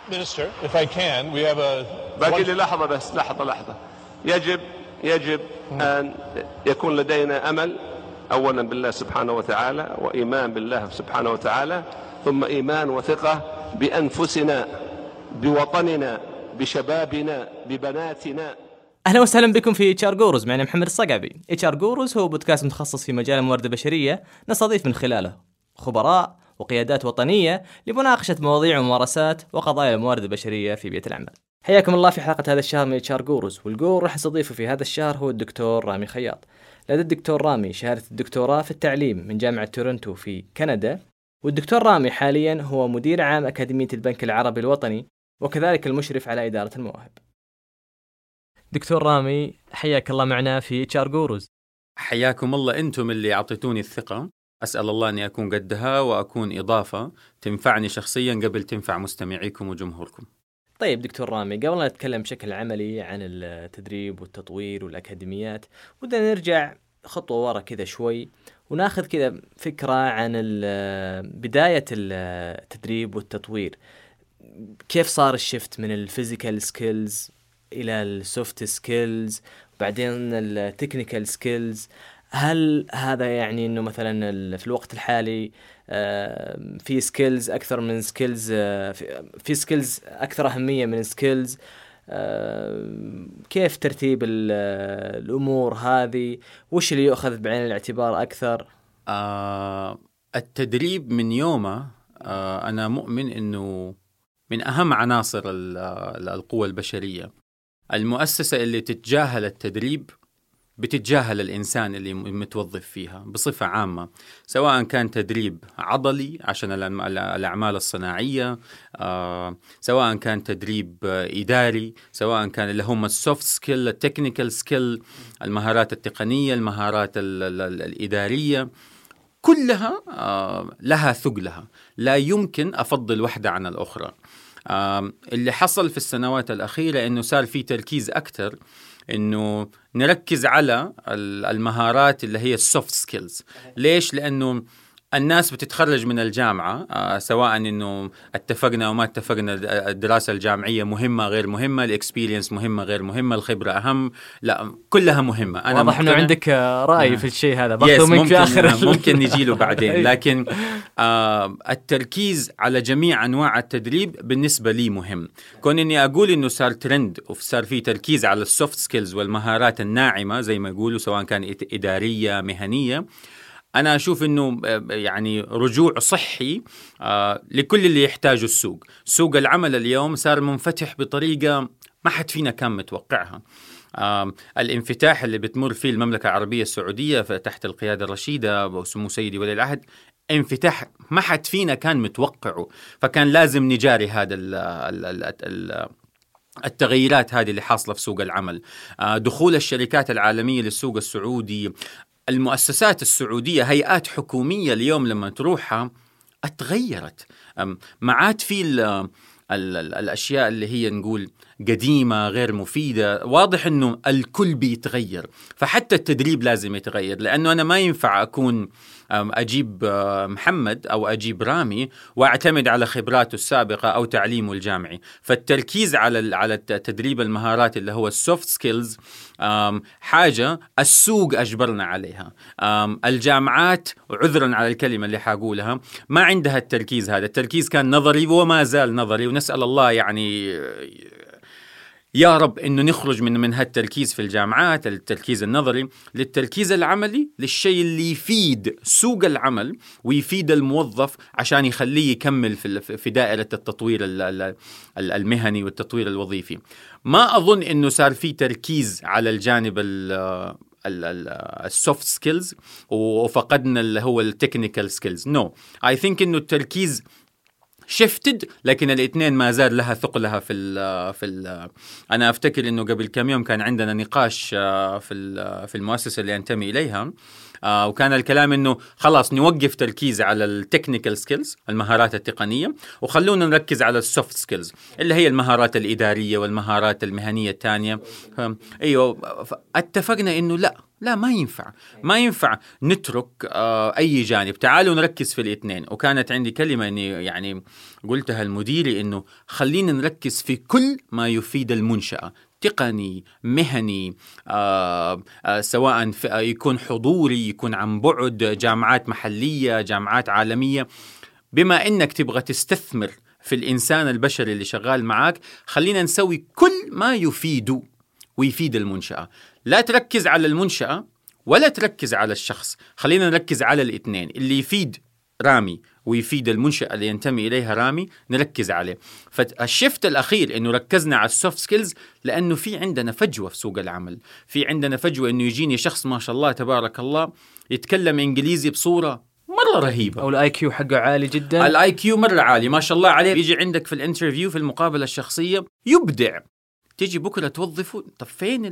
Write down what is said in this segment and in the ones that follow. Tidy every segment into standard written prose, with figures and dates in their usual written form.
Minister, if I can, we have a... باقي لي لحظة بس، لحظة. يجب أن يكون لدينا أمل أولا بالله سبحانه وتعالى، وإيمان بالله سبحانه وتعالى، ثم إيمان وثقة بأنفسنا، بوطننا، بشبابنا، ببناتنا. اهلا وسهلا بكم في HR Gurus. معنا محمد الصقعبي. HR Gurus هو بودكاست متخصص في مجال الموارد البشرية، نستضيف من خلاله خبراء وقيادات وطنية لمناقشة مواضيع وممارسات وقضايا الموارد البشرية في بيئة العمل. حياكم الله في حلقة هذا الشهر من HR Gurus، والجور راح استضيفه في هذا الشهر هو الدكتور رامي خياط. لدى الدكتور رامي شهادة الدكتوراه في التعليم من جامعة تورنتو في كندا، والدكتور رامي حاليا هو مدير عام أكاديمية البنك العربي الوطني، وكذلك المشرف على إدارة المواهب. دكتور رامي، حياك الله معنا في HR Gurus. حياكم الله، أنتم اللي أعطيتوني الثقة. أسأل الله أني أكون قدها وأكون إضافة تنفعني شخصيا قبل تنفع مستمعيكم وجمهوركم. طيب دكتور رامي، قبل لا نتكلم بشكل عملي عن التدريب والتطوير والأكاديميات، ودنا نرجع خطوة ورا كذا شوي وناخذ كذا فكرة عن بداية التدريب والتطوير. كيف صار الشفت من الفيزيكال سكيلز إلى السوفت سكيلز وبعدين التكنيكال سكيلز؟ هل هذا يعني إنه مثلا في الوقت الحالي في سكيلز أكثر من سكيلز، في سكيلز أكثر أهمية من سكيلز؟ كيف ترتيب الأمور هذه؟ وش اللي يؤخذ بعين الاعتبار أكثر؟ التدريب من يومه أنا مؤمن إنه من أهم عناصر القوة البشرية. المؤسسة اللي تتجاهل التدريب بتتجاهل الإنسان اللي متوظف فيها بصفة عامة، سواء كان تدريب عضلي عشان الأعمال الصناعية، سواء كان تدريب إداري، سواء كان اللي هم السوفت سكيل، التكنيكال سكيل، المهارات التقنية، المهارات الإدارية، كلها لها ثقلها، لا يمكن أفضل واحدة عن الأخرى. اللي حصل في السنوات الأخيرة إنه صار في تركيز أكتر إنه نركز على المهارات اللي هي السوفت سكيلز. ليش؟ لأنه الناس بتتخرج من الجامعة، سواء إنه اتفقنا أو ما اتفقنا، الدراسة الجامعية مهمة غير مهمة، الإكسبيرينس مهمة غير مهمة، الخبرة أهم، لا كلها مهمة. أنا واضح إنه عندك رأي في الشيء هذا، باخذه منك في آخر ممكن نجيله بعدين. لكن التركيز على جميع أنواع التدريب بالنسبة لي مهم. كون إني أقول إنه صار ترند وصار في تركيز على السوفت سكيلز والمهارات الناعمة زي ما يقولوا، سواء كان إدارية مهنية، أنا أشوف إنه يعني رجوع صحي لكل اللي يحتاجه السوق. سوق العمل اليوم صار منفتح بطريقة ما حد فينا كان متوقعها. الانفتاح اللي بتمر فيه المملكة العربية السعودية تحت القيادة الرشيدة وسمو سيدي ولي العهد، انفتاح ما حد فينا كان متوقعه، فكان لازم نجاري هذا التغييرات هذه اللي حاصلة في سوق العمل. دخول الشركات العالمية للسوق السعودي، المؤسسات السعودية، هيئات حكومية اليوم لما تروحها اتغيرت. ما عاد في الأشياء اللي هي نقول قديمة غير مفيدة. واضح إنه الكل بيتغير، فحتى التدريب لازم يتغير، لأنه أنا ما ينفع أكون أجيب محمد أو أجيب رامي وأعتمد على خبراته السابقة أو تعليمه الجامعي. فالتركيز على تدريب المهارات اللي هو السوفت سكيلز حاجة السوق أجبرنا عليها. الجامعات، عذرا على الكلمة اللي حقولها، ما عندها التركيز هذا. التركيز كان نظري وما زال نظري، ونسأل الله يعني يا رب إنه نخرج من هالتركيز في الجامعات، التركيز النظري، للتركيز العملي، للشيء اللي يفيد سوق العمل ويفيد الموظف عشان يخليه يكمل في دائرة التطوير المهني والتطوير الوظيفي. ما أظن إنه صار في تركيز على الجانب السوفت سكيلز وفقدنا اللي هو التكنيكال سكيلز. نو، I think إنه التركيز شفتد، لكن الاثنين ما زال لها ثقلها في أنا أفتكر إنه قبل كم يوم كان عندنا نقاش في المؤسسة اللي أنتمي إليها، وكان الكلام إنه خلاص نوقف تركيز على التكنيكال سكيلز، المهارات التقنية، وخلونا نركز على السوفت سكيلز اللي هي المهارات الإدارية والمهارات المهنية الثانية. أيوة، اتفقنا إنه لا، لا، ما ينفع نترك أي جانب. تعالوا نركز في الاثنين. وكانت عندي كلمة إني يعني قلتها لمديري إنه خلينا نركز في كل ما يفيد المنشأة، تقني، مهني، سواء يكون حضوري، يكون عن بعد، جامعات محلية، جامعات عالمية. بما إنك تبغى تستثمر في الإنسان البشري اللي شغال معاك، خلينا نسوي كل ما يفيده ويفيد المنشأة. لا تركز على المنشأة ولا تركز على الشخص، خلينا نركز على الاثنين. اللي يفيد رامي ويفيد المنشأة اللي ينتمي إليها رامي نركز عليه. فالشفت الأخير إنه ركزنا على السوفت سكيلز، لأنه في عندنا فجوة في سوق العمل، في عندنا فجوة إنه يجيني شخص ما شاء الله تبارك الله يتكلم إنجليزي بصورة مرة رهيبة، أو الآي كيو حقه عالي جدا، الآي كيو مرة عالي ما شاء الله عليه، يجي عندك في الانترفيو في المقابلة الشخصية يبدع، تيجي بكرة توظفه. طب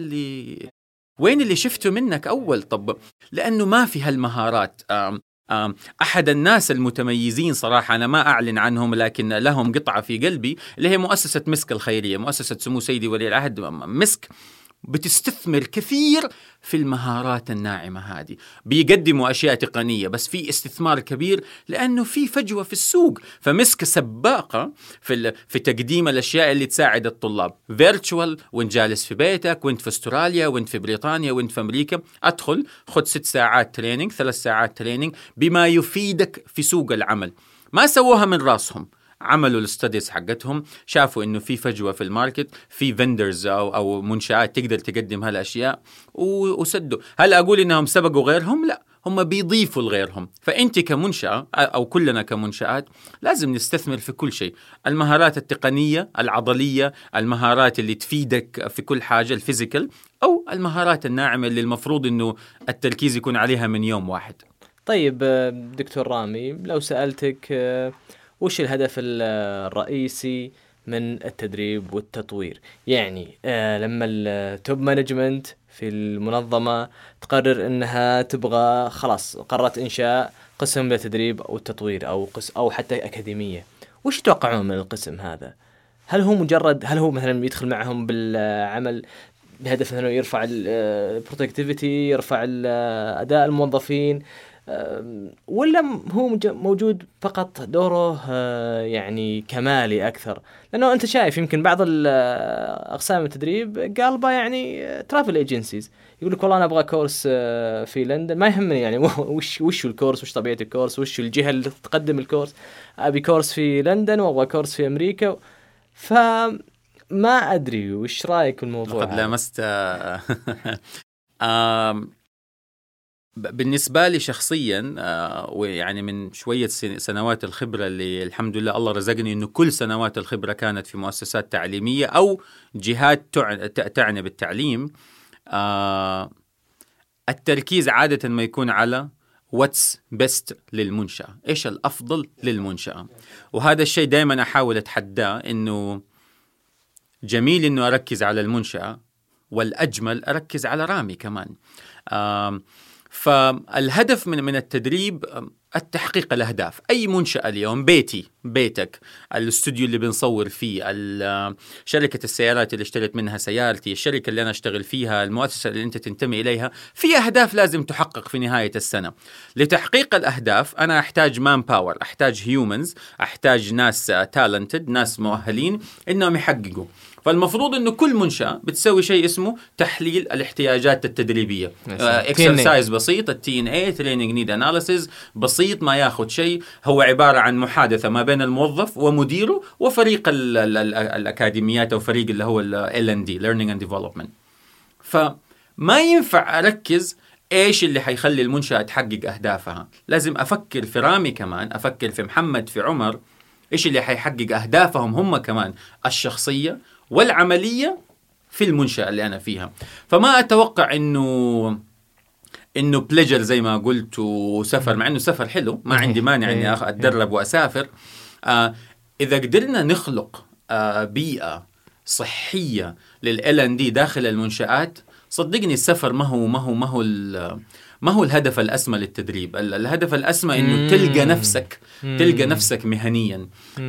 وين اللي شفته منك أول؟ طب لأنه ما في هالمهارات. أحد الناس المتميزين صراحة أنا ما أعلن عنهم لكن لهم قطعة في قلبي، اللي هي مؤسسة مسك الخيرية، مؤسسة سمو سيدي ولي العهد مسك، بتستثمر كثير في المهارات الناعمة هذه. بيقدموا أشياء تقنية بس في استثمار كبير لأنه في فجوة في السوق. فمسك سباقة في تقديم الأشياء اللي تساعد الطلاب فيرتشوال، وانت جالس في بيتك، وانت في استراليا، وانت في بريطانيا، وانت في أمريكا. أدخل خد 6 ساعات تريننج، 3 ساعات تريننج بما يفيدك في سوق العمل. ما سووها من راسهم، عملوا الستاديز حقتهم، شافوا انه في فجوة في الماركت، في فندرز او منشآت تقدر تقدم هالاشياء وسدوا. هل اقول انهم سبقوا غيرهم؟ لا، هم بيضيفوا لغيرهم. فانت كمنشأة او كلنا كمنشآت لازم نستثمر في كل شيء، المهارات التقنية العضلية، المهارات اللي تفيدك في كل حاجة الفيزيكال، او المهارات الناعمة اللي المفروض انه التركيز يكون عليها من يوم واحد. طيب دكتور رامي، لو سألتك وش الهدف الرئيسي من التدريب والتطوير؟ يعني لما التوب مانجمنت في المنظمة تقرر انها تبغى خلاص قررت انشاء قسم للتدريب او التطوير او حتى اكاديمية، وش يتوقعون من القسم هذا؟ هل هو مثلا يدخل معهم بالعمل بهدف انه يرفع البرودكتيفيتي، يرفع اداء الموظفين، ولا هو موجود فقط دوره يعني كمالي أكثر؟ لأنه أنت شايف يمكن بعض أقسام التدريب قالبة يعني ترافل ايجنسيز، يقول لك والله أنا أبغى كورس في لندن، ما يهمني يعني وش الكورس، وش طبيعة الكورس، وش الجهة اللي تقدم الكورس، أبي كورس في لندن وأبغى كورس في أمريكا. فما أدري وش رأيك الموضوع؟ قد لمست بالنسبة لي شخصيا ويعني من شوية سنوات الخبرة اللي الحمد لله الله رزقني إنه كل سنوات الخبرة كانت في مؤسسات تعليمية أو جهات تعني بالتعليم، التركيز عادة ما يكون على what's best للمنشأة، إيش الأفضل للمنشأة. وهذا الشيء دائما أحاول أتحداه، إنه جميل إنه أركز على المنشأة، والأجمل أركز على رامي كمان. فالهدف من التدريب التحقيق الأهداف. أي منشأة اليوم، بيتك، الاستوديو اللي بنصور فيه، شركة السيارات اللي اشتريت منها سيارتي، الشركة اللي أنا أشتغل فيها، المؤسسة اللي أنت تنتمي إليها، في أهداف لازم تحقق في نهاية السنة. لتحقيق الأهداف أنا أحتاج مان باور، أحتاج هيومنز، أحتاج ناس تالنتد، ناس مؤهلين إنهم يحققوا. فالمفروض إنه كل منشأة بتسوي شيء اسمه تحليل الاحتياجات التدريبية، اكسرسايز بسيط، TNA Training Need Analysis بسيط، ما ياخد شيء، هو عبارة عن محادثة ما بين الموظف ومديره وفريق الأكاديميات أو فريق اللي هو L&D Learning and Development. فما ينفع أركز إيش اللي حيخلي المنشأة تحقق أهدافها، لازم أفكر في رامي كمان، أفكر في محمد، في عمر، إيش اللي حيحقق أهدافهم هم كمان الشخصية والعملية في المنشأة اللي أنا فيها. فما أتوقع إنه بليجر زي ما قلت وسفر، مع إنه سفر حلو، ما عندي مانع إني أتدرب وأسافر. إذا قدرنا نخلق بيئة صحية لل L&D داخل المنشآت، صدقني السفر ما ما هو الهدف الأسمى للتدريب. الهدف الأسمى إنه تلقى نفسك مهنيا.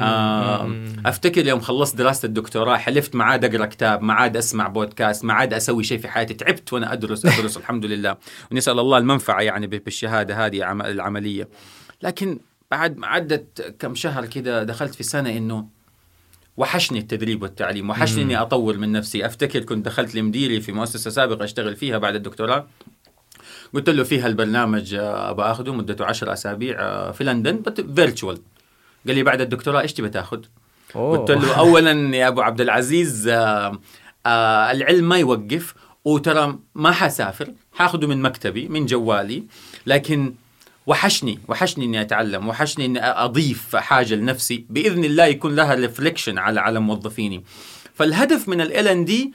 أفتكر يوم خلصت دراسة الدكتوراه حلفت ما عاد أقرأ كتاب، ما عاد أسمع بودكاست، ما عاد أسوي شيء في حياتي. تعبت وأنا أدرس الحمد لله، ونسأل الله المنفعة يعني بالشهادة هذه العملية. لكن بعد ما عدت كم شهر كده دخلت في سنة إنه وحشني التدريب والتعليم، وحشني إني أطور من نفسي. أفتكر كنت دخلت لمديري في مؤسسة سابقة أشتغل فيها بعد الدكتوراه، قلت له فيها البرنامج أبغى أخذه مدته 10 أسابيع في لندن فيرتشوال. قال لي بعد الدكتوراه إيش تبي تاخذ؟ قلت له أولا يا أبو عبد العزيز العلم ما يوقف، وترى ما حسافر، حاخذه من مكتبي من جوالي، لكن وحشني إني أتعلم، وحشني إني أضيف حاجة لنفسي بإذن الله يكون لها ريفليكشن على موظفيني. فالهدف من ال L&D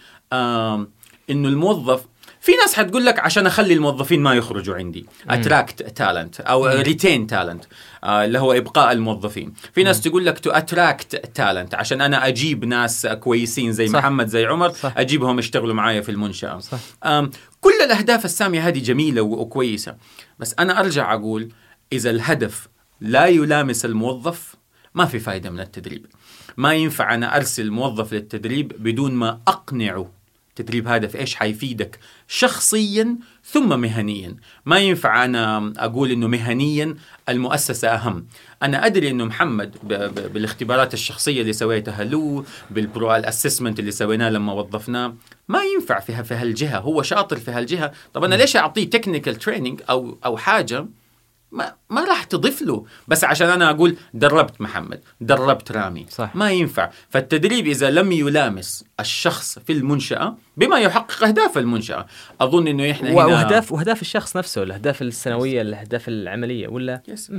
إنه الموظف، في ناس حتقول لك عشان أخلي الموظفين ما يخرجوا عندي attract talent أو retain talent اللي هو إبقاء الموظفين. في ناس تقول لك to attract talent عشان أنا أجيب ناس كويسين زي صح. محمد زي عمر صح. أجيبهم يشتغلوا معايا في المنشأة. كل الأهداف السامية هذه جميلة وكويسة، بس أنا أرجع أقول إذا الهدف لا يلامس الموظف ما في فايدة من التدريب. ما ينفع أنا أرسل موظف للتدريب بدون ما أقنعه التدريب هذا في إيش حيفيدك شخصيا ثم مهنيا. ما ينفع أنا أقول إنه مهنيا المؤسسة أهم. أنا أدري إنه محمد بالاختبارات الشخصية اللي سويتها له، بالبرو الأسسمنت اللي سويناه لما وظفناه، ما ينفع في هالجهة، هو شاطر في هالجهة. طب أنا ليش أعطيه تكنيكال تريننج أو حاجة ما راح تضيف له، بس عشان أنا أقول دربت محمد، دربت رامي صح. ما ينفع. فالتدريب إذا لم يلامس الشخص في المنشأة بما يحقق أهداف المنشأة، أظن إنه إحنا هنا وأهداف الشخص نفسه، الأهداف السنوية، الأهداف العملية ولا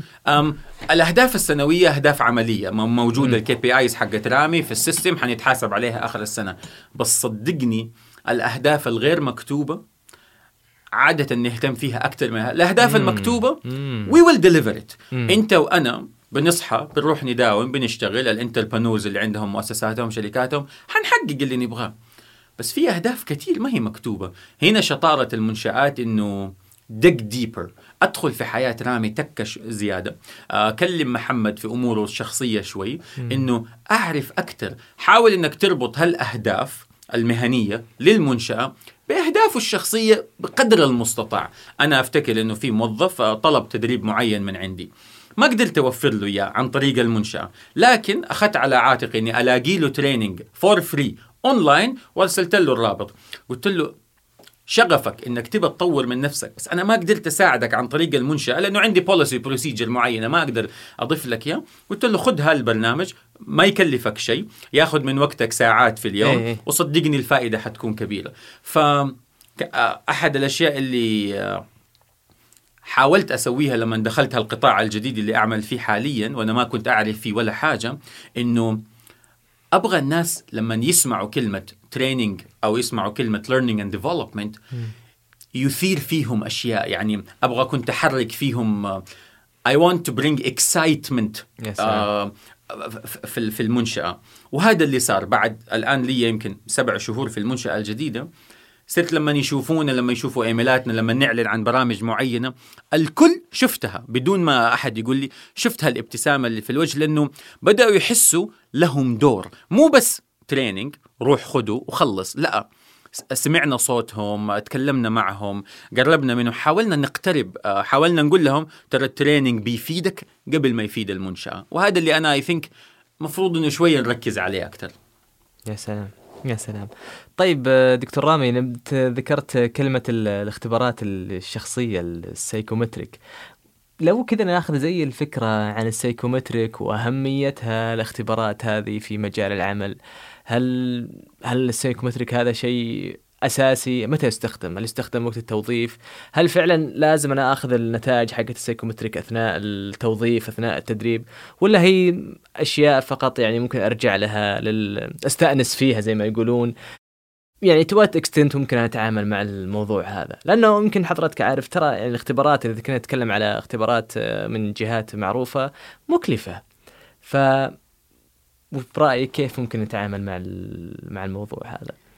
الأهداف السنوية أهداف عملية موجودة. الKPIs حقت رامي في السيستم حنتحاسب عليها آخر السنة. بس صدقني الأهداف الغير مكتوبة عادة نهتم فيها أكثر من الأهداف المكتوبة. we will deliver it. أنت وأنا بنصحى بنروح نداوم بنشتغل، الانتربرنورز اللي عندهم مؤسساتهم شركاتهم حنحقق اللي نبغاه، بس في أهداف كتير ما هي مكتوبة. هنا شطارة المنشآت إنه dig deeper، أدخل في حياة رامي تكش زيادة، أكلم محمد في أموره الشخصية شوي، إنه أعرف أكثر. حاول إنك تربط هالأهداف المهنية للمنشأة بأهدافه الشخصية بقدر المستطاع. أنا أفتكر إنه في موظف طلب تدريب معين من عندي، ما قدرت أوفر له إياه عن طريق المنشأة، لكن أخذت على عاتقي إني ألاقي له تريننج فور فري أونلاين وارسلت له الرابط. قلت له شغفك إنك تبى تطور من نفسك، بس أنا ما قدرت أساعدك عن طريق المنشأة لأنه عندي بوليسي بروسيجر معينة ما أقدر أضيف لك إياه. قلت له خذ هالبرنامج ما يكلفك شيء، ياخذ من وقتك ساعات في اليوم، وصدقني الفائدة حتكون كبيرة. فأحد الأشياء اللي حاولت أسويها لما دخلت هالقطاع الجديد اللي أعمل فيه حاليا وأنا ما كنت أعرف فيه ولا حاجة، إنه أبغى الناس لما يسمعوا كلمة training أو يسمعوا كلمة learning and development يثير فيهم أشياء. يعني أبغى كنت أحرك فيهم I want to bring excitement في المنشأة. وهذا اللي صار بعد الآن لي يمكن 7 شهور في المنشأة الجديدة. صرت لما يشوفونا، لما يشوفوا إيميلاتنا، لما نعلن عن برامج معينة، الكل شفتها بدون ما أحد يقول لي، شفت هالابتسامة اللي في الوجه، لأنه بدأوا يحسوا لهم دور، مو بس تريننج روح خدوا وخلص، لا، سمعنا صوتهم، تكلمنا معهم، قربنا منهم، حاولنا نقترب، حاولنا نقول لهم ترى التريننج بيفيدك قبل ما يفيد المنشأة. وهذا اللي أنا مفروض إنه شوية نركز عليه أكتر. يا سلام يا سلام. طيب دكتور رامي، ذكرت كلمة الاختبارات الشخصية السايكومتريك. لو كذا ناخذ زي الفكرة عن السايكومتريك وأهميتها الاختبارات هذه في مجال العمل، هل السايكومتريك هذا شيء أساسي؟ متى يستخدم؟ هل يستخدم وقت التوظيف؟ هل فعلا لازم أنا أخذ النتائج حقت السايكومتريك أثناء التوظيف أثناء التدريب، ولا هي أشياء فقط يعني ممكن أرجع لها أستأنس فيها زي ما يقولون؟ يعني to what extent ممكن أتعامل مع الموضوع هذا؟ لأنه يمكن حضرتك عارف ترى يعني الاختبارات إذا كنا نتكلم على اختبارات من جهات معروفة مكلفة، برأيك كيف ممكن نتعامل مع الموضوع هذا؟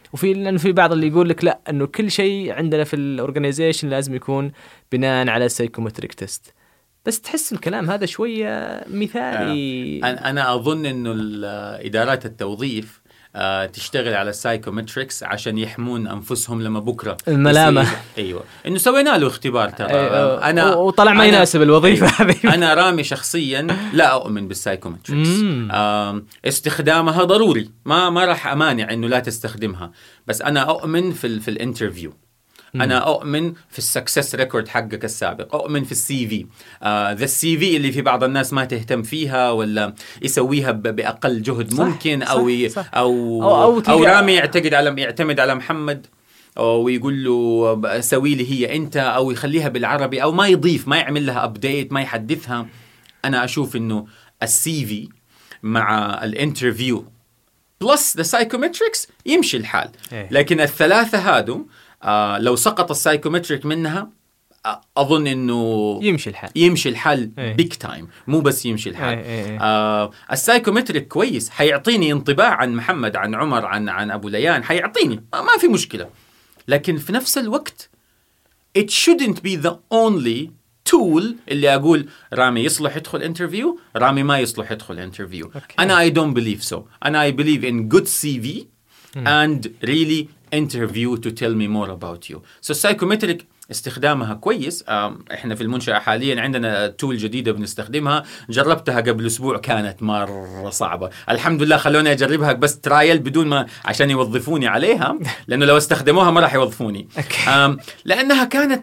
لأنه في بعض اللي يقول لك لا انه كل شيء عندنا في الاورجنايزيشن لازم يكون بناء على سايكومتريك تيست. بس تحس الكلام هذا شويه مثالي. انا اظن انه ادارات التوظيف تشتغل على السايكومتريكس عشان يحمون انفسهم لما بكره الملامه. ايوه انه سوينا له اختبار ترى. انا وطلع ما يناسب الوظيفه هذه. انا رامي شخصيا لا اؤمن بالسايكومتريكس. استخدامها ضروري، ما راح امانع انه لا تستخدمها، بس انا اؤمن في الانترفيو. أنا أؤمن في السكسس ريكورد حقك السابق، أؤمن في السي في. ذا السي في اللي في بعض الناس ما تهتم فيها ولا يسويها بأقل جهد ممكن. صح. أو رامي يعتمد على محمد ويقول له سوي لي هي أنت، أو يخليها بالعربي، أو ما يضيف، ما يعمل لها أبديت، ما يحدثها. أنا أشوف إنه السي في مع الانترفيو بلس ذا سايكومتريكس يمشي الحال. لكن الثلاثة هادو لو سقط السايكومتريك منها أظن إنه يمشي الحال بيك تايم، مو بس يمشي الحال. السايكومتريك كويس، حيعطيني انطباع عن محمد، عن عمر، عن أبو ليان، حيعطيني ما في مشكلة. لكن في نفس الوقت it shouldn't be the only tool اللي أقول رامي يصلح يدخل انترفيو، رامي ما يصلح يدخل انترفيو. أنا I don't believe so. أنا I believe in good CV and really interview to tell me more about you. So psychometric استخدامها كويس. احنا في المنشأة حاليا عندنا تول جديدة بنستخدمها، جربتها قبل أسبوع كانت مرة صعبة. الحمد لله خلوني أجربها بس ترايل بدون ما عشان يوظفوني عليها، لأنه لو استخدموها ما راح يوظفوني. لأنها كانت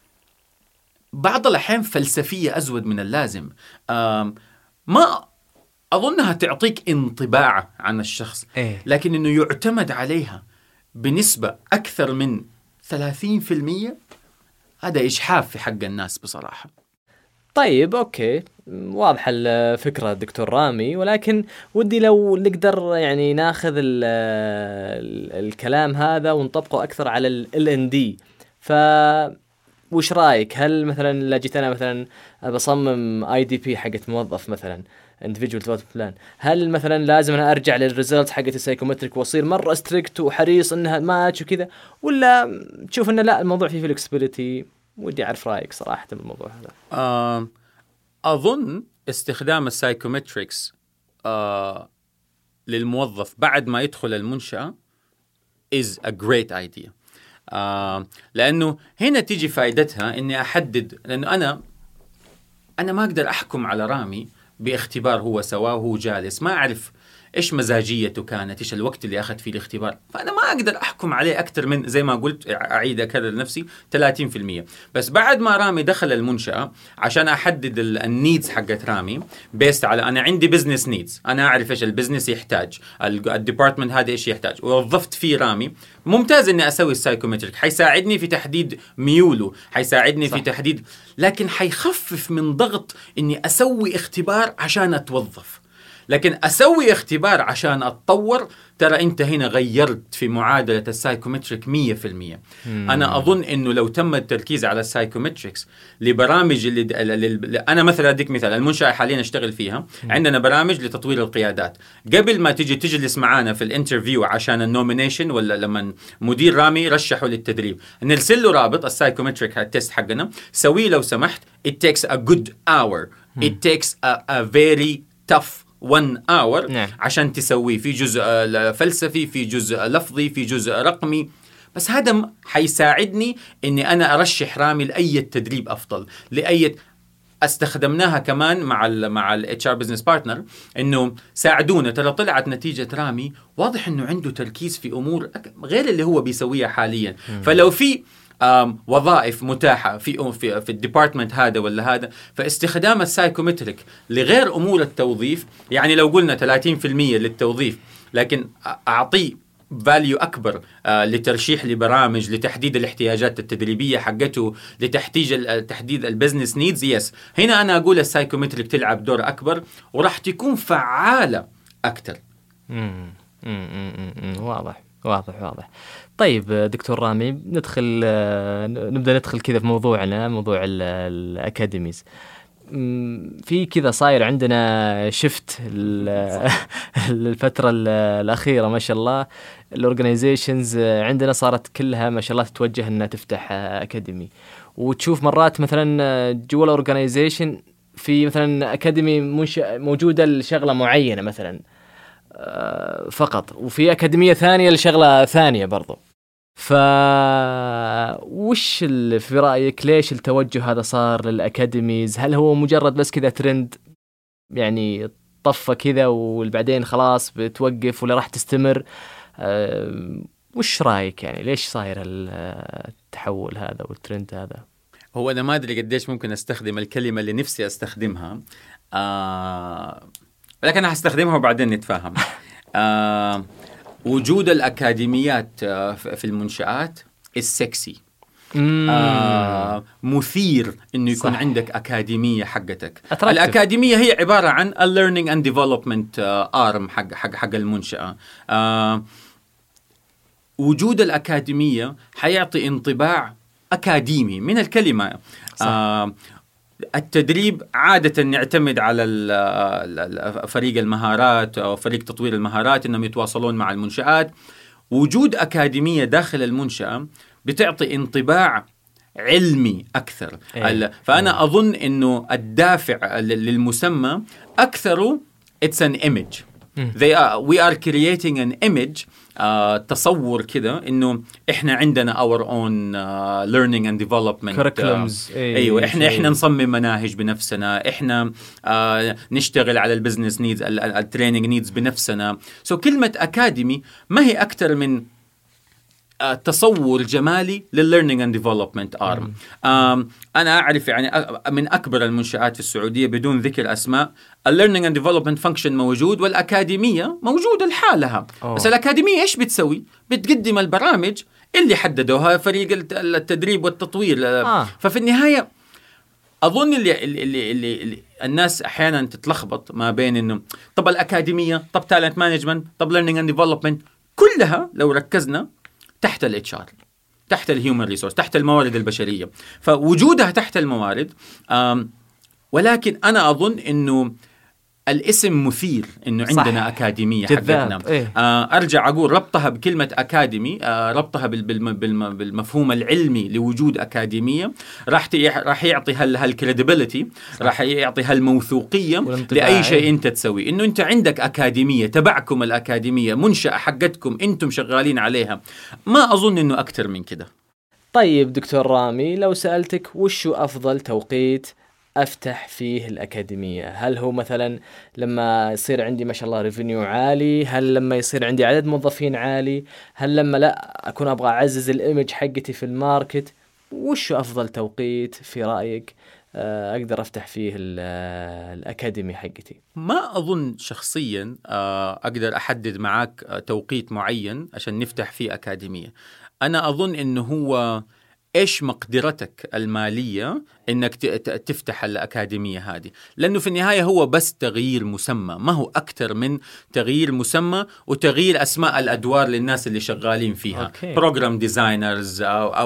بعض الأحيان فلسفية أزود من اللازم. ما أظنها تعطيك انطباع عن الشخص، لكن إنه يعتمد عليها بنسبة أكثر من 30%، هذا إجحاف في حق الناس بصراحة. طيب أوكي، واضح الفكرة دكتور رامي، ولكن ودي لو نقدر يعني ناخذ الكلام هذا ونطبقه أكثر على LND. وش رايك؟ هل مثلا لا جيت أنا مثلا بصمم IDP حقت موظف مثلا individual development plan، هل مثلا لازم أنا أرجع للريزلت حقت السايكومتريك وأصير مرة ستريكت وحريص إنها ماتش وكذا، ولا تشوف إنه لا الموضوع فيه flexibility؟ ودي أعرف رأيك صراحة بالموضوع هذا. أظن استخدام السايكومتريكس للموظف بعد ما يدخل المنشأة is a great idea. لأنه هنا تيجي فائدتها إني أحدد، لأنه أنا ما أقدر أحكم على رامي باختبار هو سواه وهو جالس، ما أعرف إيش مزاجيته كانت، إيش الوقت اللي أخذ فيه الاختبار، فأنا ما أقدر أحكم عليه أكثر من زي ما قلت أعيد أكرر نفسي 30%. بس بعد ما رامي دخل المنشأة عشان أحدد النيدز حقت رامي بيست على أنا عندي بزنس نيدز، أنا أعرف إيش البزنس يحتاج، الديبارتمنت هذا إيش يحتاج، ووظفت فيه رامي. ممتاز إني أسوي السايكومتريك، حيساعدني في تحديد ميوله، حيساعدني في تحديد، لكن حيخفف من ضغط إني أسوي اختبار عشان أتوظف. لكن أسوي اختبار عشان أتطور، ترى أنت هنا غيرت في معادلة السايكومتريك 100%. أنا أظن أنه لو تم التركيز على السايكومتريكس لبرامج أنا مثلا أديك مثال، المنشأة حاليا أشتغل فيها عندنا برامج لتطوير القيادات. قبل ما تجلس معانا في الانترفيو عشان النومينيشن، ولا لما مدير رامي رشحه للتدريب، نرسل له رابط السايكومتريك التست حقنا، سوي لو سمحت it takes a good hour, it takes a very tough 1 hour عشان تسويه، في جزء فلسفي، في جزء لفظي، في جزء رقمي. بس هذا حيساعدني اني انا ارشح رامي لاي تدريب افضل، لاي استخدمناها كمان مع ال HR business partner، انه ساعدونا. ترى طلعت نتيجة رامي واضح انه عنده تركيز في امور غير اللي هو بيسويها حاليا. فلو في وظائف متاحة في الديبارتمنت هذا ولا هذا، فاستخدام السايكومتريك لغير أمور التوظيف، يعني لو قلنا 30% للتوظيف، لكن أعطيه فاليو أكبر لترشيح لبرامج لتحديد الاحتياجات التدريبية حقته، لتحديد البزنس نيدز. يس، هنا أنا أقول السايكومتريك تلعب دور أكبر وراح تكون فعالة أكتر. واضح. طيب دكتور رامي، نبدأ ندخل كذا في موضوعنا، موضوع الأكاديميز. في كذا صاير عندنا شفت الفترة الأخيرة ما شاء الله الأورجنايزيشنز عندنا صارت كلها ما شاء الله تتوجه أنها تفتح أكاديمي، وتشوف مرات مثلا جوا الأورجنايزيشن في مثلا أكاديمي موجودة لشغلة معينة مثلا فقط، وفي أكاديمية ثانية لشغلة ثانية برضو. وش في رأيك ليش التوجه هذا صار للأكاديميز؟ هل هو مجرد بس كذا ترند يعني طفة كذا وبعدين خلاص بتوقف ولا راح تستمر؟ وش رأيك يعني ليش صاير التحول هذا والترند هذا؟ هو أنا ما أدري قديش ممكن أستخدم الكلمة اللي نفسي أستخدمها، لكن أنا هستخدمها وبعدين نتفاهم. وجود الأكاديميات في المنشآت السكسي، مثير إنه يكون عندك أكاديمية حقتك. الأكاديمية هي عبارة عن learning and development arm حق المنشأة. وجود الأكاديمية حيعطي انطباع أكاديمي من الكلمة. التدريب عادة يعتمد على فريق المهارات أو فريق تطوير المهارات إنهم يتواصلون مع المنشآت. وجود أكاديمية داخل المنشأة بتعطي انطباع علمي أكثر. فأنا أظن إنه الدافع للمسمى أكثر it's an image. we are creating an image. تصور كده إنه إحنا عندنا our own learning and development curriculums. أيوة إحنا نصمم مناهج بنفسنا، إحنا نشتغل على البزنس نيدز، التريننج نيدز بنفسنا. كلمة أكاديمي ما هي أكتر من تصور جمالي للlearning and development arm. أنا أعرف يعني من أكبر المنشآت في السعودية بدون ذكر أسماء learning and development function موجود والأكاديمية موجودة لحالها. بس الأكاديمية إيش بتسوي؟ بتقدم البرامج اللي حددوها فريق التدريب والتطوير. ففي النهاية أظن اللي الناس أحيانا تتلخبط ما بين إنه طب الأكاديمية، طب talent management، طب learning and development، كلها لو ركزنا تحت الHR، تحت الهيومن ريسورس، تحت الموارد البشرية. فوجودها تحت الموارد، ولكن أنا أظن إنه الاسم مثير إنه عندنا أكاديمية حقتنا. أرجع أقول ربطها بكلمة أكاديمي، ربطها بالمفهوم العلمي لوجود أكاديمية راح يعطي هالكريديبيليتي، راح يعطي هالموثوقية لأي شيء أنت تسوي. إنه أنت عندك أكاديمية تبعكم، الأكاديمية منشأة حقتكم أنتم شغالين عليها. ما أظن إنه أكتر من كده. طيب دكتور رامي، لو سألتك وشو أفضل توقيت أفتح فيه الأكاديمية، هل هو مثلا لما يصير عندي ما شاء الله ريفينيو عالي، هل لما يصير عندي عدد موظفين عالي، هل لما لا أكون أبغى أعزز الإيمج حقتي في الماركت؟ وش أفضل توقيت في رأيك أقدر أفتح فيه الأكاديمي حقتي؟ ما أظن شخصيا أقدر أحدد معاك توقيت معين عشان نفتح فيه أكاديمية. أنا أظن إنه هو إيش مقدرتك المالية إنك تفتح الأكاديمية هذه، لأنه في النهاية هو بس تغيير مسمى، ما هو أكتر من تغيير مسمى وتغيير أسماء الأدوار للناس اللي شغالين فيها. بروجرام ديزاينرز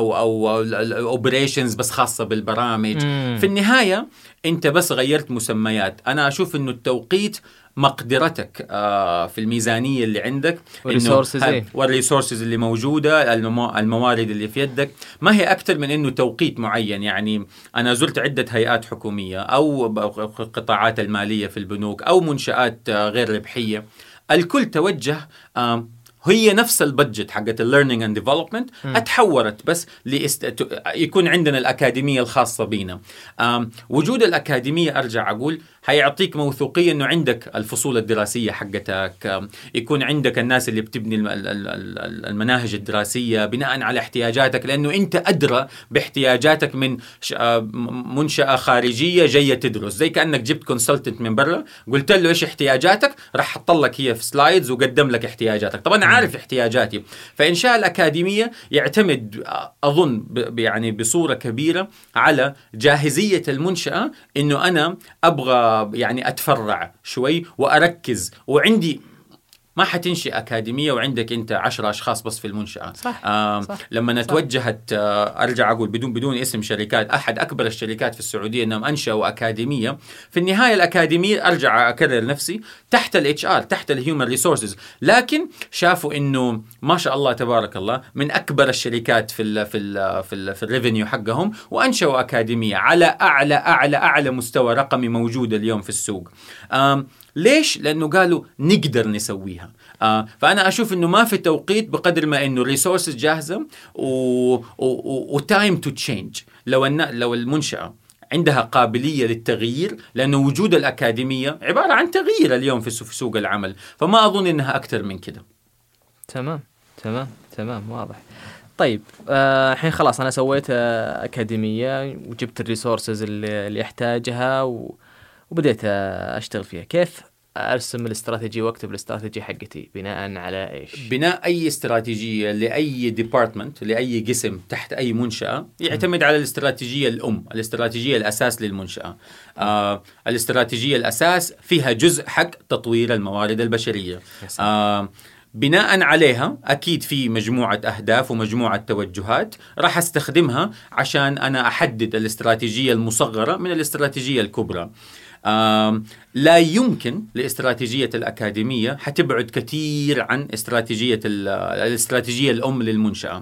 أو operations بس خاصة بالبرامج. في النهاية أنت بس غيرت مسميات. أنا أشوف إنه التوقيت مقدرتك في الميزانية اللي عندك والريسورسز اللي موجودة، الموارد اللي في يدك، ما هي أكثر من إنه توقيت معين. يعني أنا زرت عدة هيئات حكومية أو قطاعات المالية في البنوك أو منشآت غير ربحية، الكل توجه هي نفس البادجت حقت الليرنينج اند ديفلوبمنت اتحورت بس يكون عندنا الأكاديمية الخاصة بينا. وجود الأكاديمية أرجع أقول هيعطيك موثوقية إنه عندك الفصول الدراسية حقتك، يكون عندك الناس اللي بتبني المناهج الدراسية بناء على احتياجاتك، لأنه أنت أدرى باحتياجاتك من منشأة خارجية جاية تدرس. زي كأنك جبت كونسلتنت من برا قلت له إيش احتياجاتك، راح حط لك هي في سلايدز وقدم لك احتياجاتك. طبعا عارف احتياجاتي. فإنشاء الأكاديمية يعتمد أظن يعني بصورة كبيرة على جاهزية المنشأة، إنه أنا أبغى يعني أتفرع شوي وأركز وعندي ما حتنشئ أكاديمية وعندك أنت 10 أشخاص بس في المنشأة. صح. لما توجهت أرجع أقول بدون اسم شركات، أحد أكبر الشركات في السعودية أنهم أنشأوا أكاديمية، في النهاية الأكاديمية أرجع أكرر نفسي تحت الHR، تحت الهيومن ريسورسز، لكن شافوا إنه ما شاء الله تبارك الله من أكبر الشركات في الريفينيو حقهم، وأنشأوا أكاديمية على أعلى مستوى رقمي موجود اليوم في السوق. ليش؟ لأنه قالوا نقدر نسويها. فأنا أشوف إنه ما في توقيت بقدر ما إنه الريسورسز جاهزة وتايم تو تشينج. لو المنشأة عندها قابلية للتغيير، لأنه وجود الأكاديمية عبارة عن تغيير اليوم في سوق العمل، فما أظن إنها أكثر من كده. تمام واضح. طيب الحين خلاص أنا سويت أكاديمية وجبت الريسورسز اللي أحتاجها وبديت أشتغل فيها. كيف أرسم الاستراتيجية واكتب الاستراتيجية حقتي؟ بناء على إيش؟ بناء أي استراتيجية لأي ديبارتمنت، لأي قسم تحت أي منشأة، يعتمد على الاستراتيجية الاستراتيجية الأساس للمنشأة. الاستراتيجية الأساس فيها جزء حق تطوير الموارد البشرية. بناء عليها أكيد في مجموعة أهداف ومجموعة توجهات راح أستخدمها عشان أنا أحدد الاستراتيجية المصغرة من الاستراتيجية الكبرى. لا يمكن لاستراتيجية الأكاديمية حتبعد كثير عن الاستراتيجية الأم للمنشأة.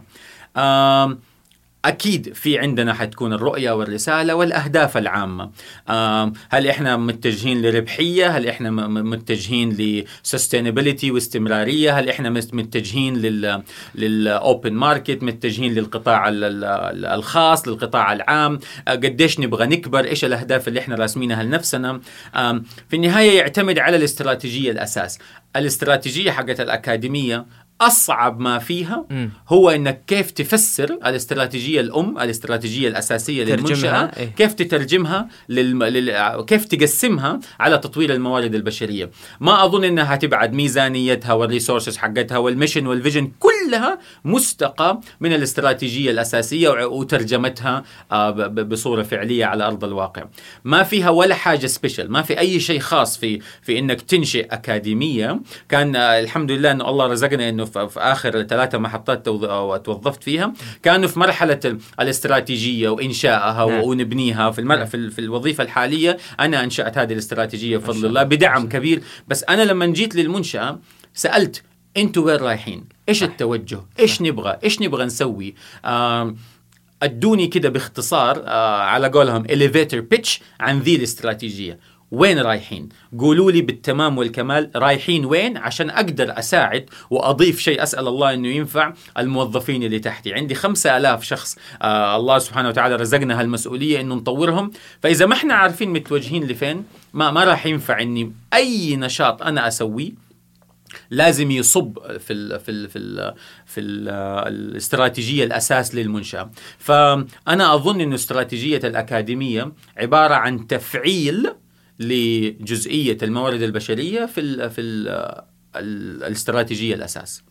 أكيد في عندنا حتكون الرؤية والرسالة والأهداف العامة. هل إحنا متجهين لربحية؟ هل إحنا متجهين لسستينابيليتي واستمرارية؟ هل إحنا متجهين للأوبن ماركت؟ متجهين للقطاع الخاص، للقطاع العام؟ قديش نبغى نكبر؟ إيش الأهداف اللي إحنا راسمينها لنفسنا؟ في النهاية يعتمد على الاستراتيجية الأساس. الاستراتيجية حقت الأكاديمية أصعب ما فيها هو إنك كيف تفسر الاستراتيجية الاستراتيجية الأساسية للمنشأة، كيف تترجمها كيف تقسمها على تطوير الموارد البشرية. ما أظن إنها تبعد ميزانيتها والريسورسز حقتها والميشن والفيجن كلها مستقى من الاستراتيجية الأساسية وترجمتها بصورة فعلية على أرض الواقع. ما فيها ولا حاجة سبيشل، ما في أي شيء خاص في إنك تنشئ أكاديمية. كان الحمد لله إنه الله رزقنا إنه في آخر 3 محطات توظفت فيها كانوا في مرحلة الاستراتيجية وإنشائها ونبنيها. في الوظيفة الحالية أنا أنشأت هذه الاستراتيجية بفضل الله بدعم كبير. بس أنا لما جيت للمنشأة سألت أنتوا وين رايحين؟ إيش التوجه؟ إيش نبغى نسوي؟ أدوني كده باختصار على قولهم elevator pitch عن ذي الاستراتيجية. وين رايحين؟ قولوا لي بالتمام والكمال رايحين وين عشان أقدر أساعد وأضيف شيء. أسأل الله أنه ينفع الموظفين اللي تحتي. عندي 5000 شخص الله سبحانه وتعالى رزقنا هالمسؤولية أنه نطورهم. فإذا ما احنا عارفين متوجهين لفين ما راح ينفع أني أي نشاط أنا أسويه لازم يصب في الاستراتيجية الأساس للمنشأة. فأنا أظن أن استراتيجية الأكاديمية عبارة عن تفعيل لجزئية الموارد البشرية في الاستراتيجية الأساس.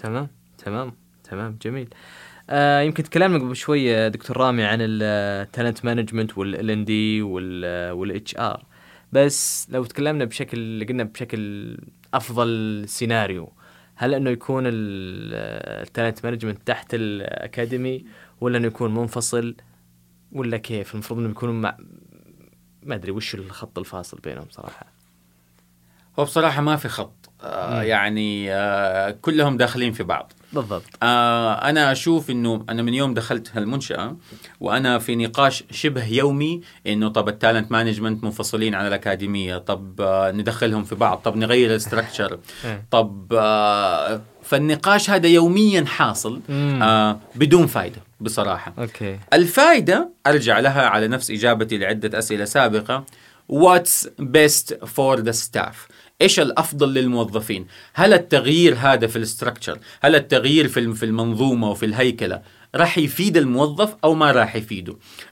تمام جميل. يمكن تكلمنا قبل شوية دكتور رامي عن التالنت مانجمنت والL&D والHR، بس لو تكلمنا قلنا بشكل أفضل سيناريو، هل أنه يكون التالنت مانجمنت تحت الأكاديمي ولا أنه يكون منفصل ولا كيف؟ المفروض أنه يكونوا ما أدري وش الخط الفاصل بينهم صراحة. هو بصراحة ما في خط يعني كلهم داخلين في بعض بالضبط. أنا أشوف إنه أنا من يوم دخلت هالمنشأة وأنا في نقاش شبه يومي إنه طب التالنت مانجمنت منفصلين عن الأكاديمية، طب ندخلهم في بعض، طب نغير الستركتشر، طب فالنقاش هذا يوميا حاصل بدون فايدة بصراحة. أوكي. الفائدة أرجع لها على نفس إجابتي لعدة أسئلة سابقة. What's best for the staff؟ إيش الأفضل للموظفين؟ هل التغيير هذا في الاستراكشر، هل التغيير في المنظومة وفي الهيكلة راح يفيد الموظف أو ما راح يفيده؟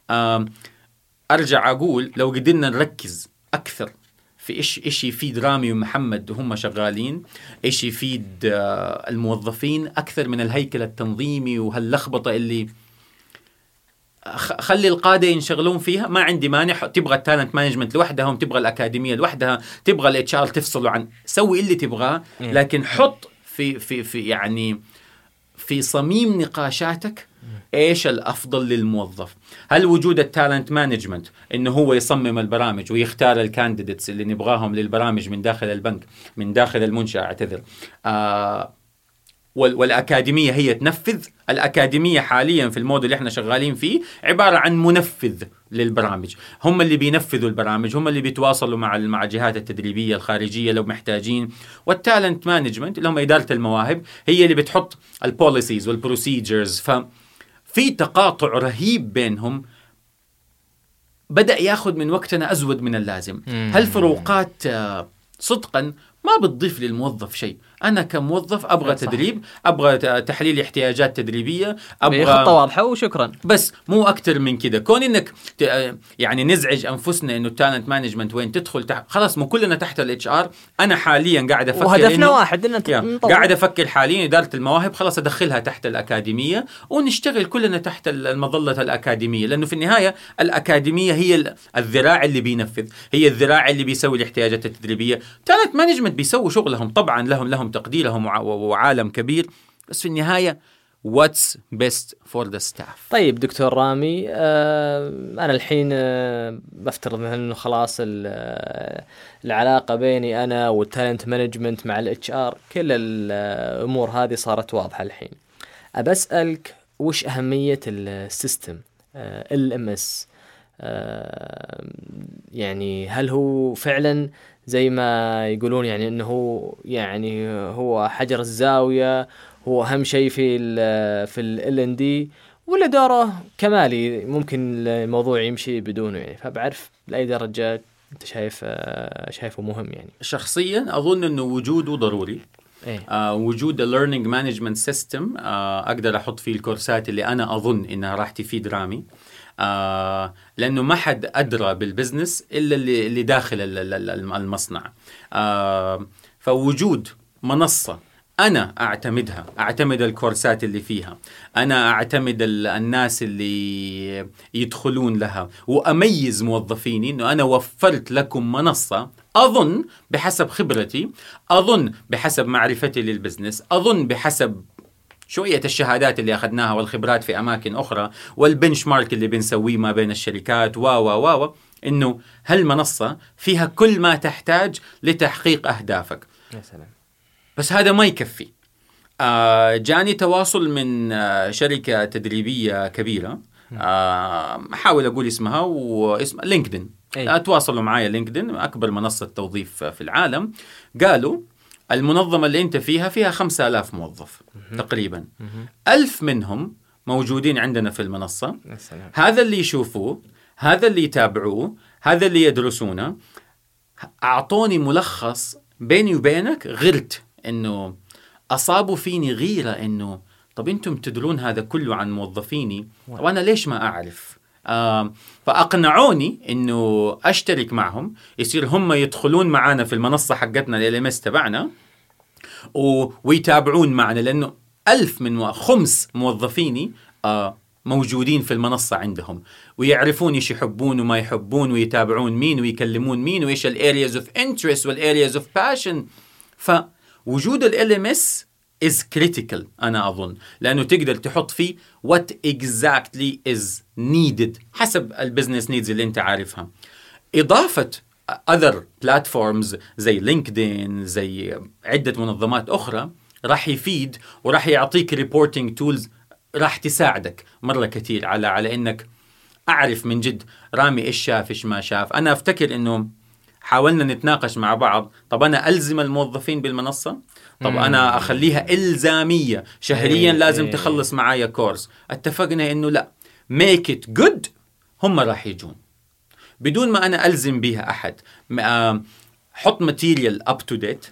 أرجع أقول لو قدرنا نركز أكثر في إيش يفيد رامي ومحمد وهم شغالين، إيش يفيد الموظفين أكثر من الهيكل التنظيمي وهاللخبطة اللي خلي القاده ينشغلون فيها، ما عندي مانع. تبغى التالنت مانجمنت لوحدهم، تبغى الاكاديميه لوحدها، تبغى الاتش ار تفصلوا عن، سوي اللي تبغاه، لكن حط في يعني في صميم نقاشاتك ايش الافضل للموظف. هل وجود التالنت مانجمنت انه هو يصمم البرامج ويختار الكانديديتس اللي نبغاهم للبرامج من داخل البنك، من داخل المنشأة، اعتذر، والأكاديمية هي تنفذ. الأكاديمية حاليا في الموديل اللي احنا شغالين فيه عبارة عن منفذ للبرامج، هم اللي بينفذوا البرامج، هم اللي بيتواصلوا مع الجهات التدريبية الخارجية لو محتاجين. والتالنت مانجمنت اللي هم إدارة المواهب هي اللي بتحط البوليسيز والبروسيجرز. ففي تقاطع رهيب بينهم بدأ ياخذ من وقتنا أزود من اللازم. هالفروقات صدقا ما بتضيف للموظف شيء. أنا كموظف أبغى تدريب، أبغى تحليل احتياجات تدريبية، أبغى خطة واضحة وشكرا، بس مو أكتر من كده. كون إنك يعني نزعج أنفسنا إنه التالنت مانجمنت وين تدخل خلاص مو كلنا تحت الاتش ار. أنا حاليا قاعد أفكر وهدفنا واحد إن قاعد أفكر حاليا إدارة المواهب خلاص أدخلها تحت الأكاديمية ونشتغل كلنا تحت المظلة الأكاديمية، لأنه في النهاية الأكاديمية هي الذراع اللي بينفذ، هي الذراع اللي بيسوي الاحتياجات التدريبية. التالنت مانجمنت بيسووا شغلهم طبعا، لهم تقديرهم وعالم كبير، بس في النهاية what's best for the staff. طيب دكتور رامي، أنا الحين بفترض أنه خلاص العلاقة بيني أنا والتالنت مانجمنت مع الاتش ار كل الأمور هذه صارت واضحة. الحين أبسألك وش أهمية السيستم LMS؟ يعني هل هو فعلا زي ما يقولون يعني انه هو حجر الزاوية، هو اهم شيء في ال L&D، ولا دوره كمالي ممكن الموضوع يمشي بدونه يعني؟ فبعرف لأي درجة انت شايفه مهم يعني. شخصيا اظن انه وجوده ضروري. وجود learning management system اقدر احط فيه الكورسات اللي انا اظن انها راح تفيد رامي، لأنه ما حد أدرى بالبزنس إلا اللي داخل المصنع. فوجود منصة أنا أعتمد الكورسات اللي فيها، أنا أعتمد الناس اللي يدخلون لها، وأميز موظفيني أنه أنا وفرت لكم منصة أظن بحسب خبرتي، أظن بحسب معرفتي للبزنس، أظن بحسب شوية الشهادات اللي أخذناها والخبرات في أماكن أخرى والبنش مارك اللي بنسويه ما بين الشركات إنه هالمنصة فيها كل ما تحتاج لتحقيق أهدافك. يا سلام. بس هذا ما يكفي. جاني تواصل من شركة تدريبية كبيرة، أحاول أقول اسمها، واسم لينكدين. تواصلوا معايا لينكدين، أكبر منصة توظيف في العالم. قالوا المنظمة اللي أنت فيها 5000 موظف تقريبا، 1000 منهم موجودين عندنا في المنصة. هذا اللي يشوفوه، هذا اللي يتابعوه، هذا اللي يدرسونه. أعطوني ملخص بيني وبينك، غرت إنه أصابوا فيني غيرة إنه طب أنتم تدرون هذا كله عن موظفيني وأنا ليش ما أعرف؟ فأقنعوني إنه أشترك معهم، يصير هم يدخلون معنا في المنصة حقتنا LMS تبعنا ويتابعون معنا، لأنه 1000 من 5 موظفيني موجودين في المنصة عندهم، ويعرفون إيش يحبون وما يحبون، ويتابعون مين ويكلمون مين، وإيش areas of interest areas of passion. فوجود LMS is critical أنا أظن، لأنه تقدر تحط فيه what exactly is needed حسب البزنس needs اللي أنت عارفها. إضافة other platforms زي لينكدين، زي عدة منظمات أخرى، راح يفيد وراح يعطيك reporting tools راح تساعدك مرة كتير على إنك أعرف من جد رامي إيش شاف إيش ما شاف. أنا أفتكر إنه حاولنا نتناقش مع بعض، طب أنا ألزم الموظفين بالمنصة، طب أنا أخليها إلزامية شهريا لازم تخلص معايا كورس. اتفقنا إنه لا، make it good، هم راح يجون بدون ما أنا ألزم بيها أحد. حط material up to date،